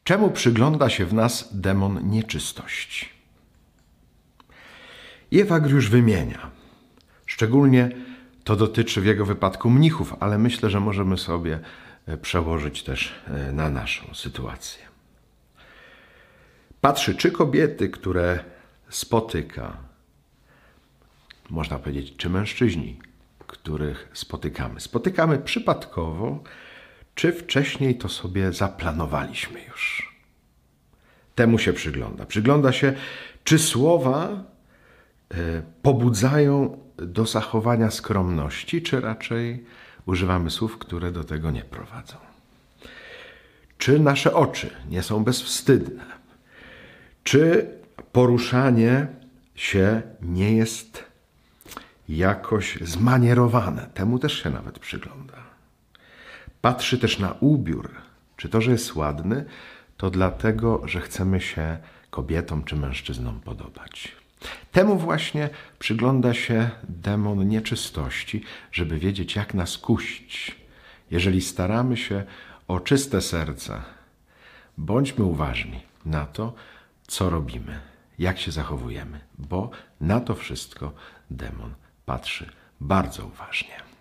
Czemu przygląda się w nas demon nieczystości? Ewagriusz wymienia. Szczególnie to dotyczy w jego wypadku mnichów, ale myślę, że możemy sobie przełożyć też na naszą sytuację. Patrzy, czy kobiety, które spotyka, można powiedzieć, czy mężczyźni, których spotykamy przypadkowo, czy wcześniej to sobie zaplanowaliśmy już. Temu się przygląda. Przygląda się, czy słowa pobudzają do zachowania skromności, czy raczej używamy słów, które do tego nie prowadzą. Czy nasze oczy nie są bezwstydne? Czy poruszanie się nie jest jakoś zmanierowane? Temu też się nawet przygląda. Patrzy też na ubiór. Czy to, że jest ładny, to dlatego, że chcemy się kobietom czy mężczyznom podobać. Temu właśnie przygląda się demon nieczystości, żeby wiedzieć, jak nas kusić. Jeżeli staramy się o czyste serce, bądźmy uważni na to, co robimy, jak się zachowujemy, bo na to wszystko demon patrzy bardzo uważnie.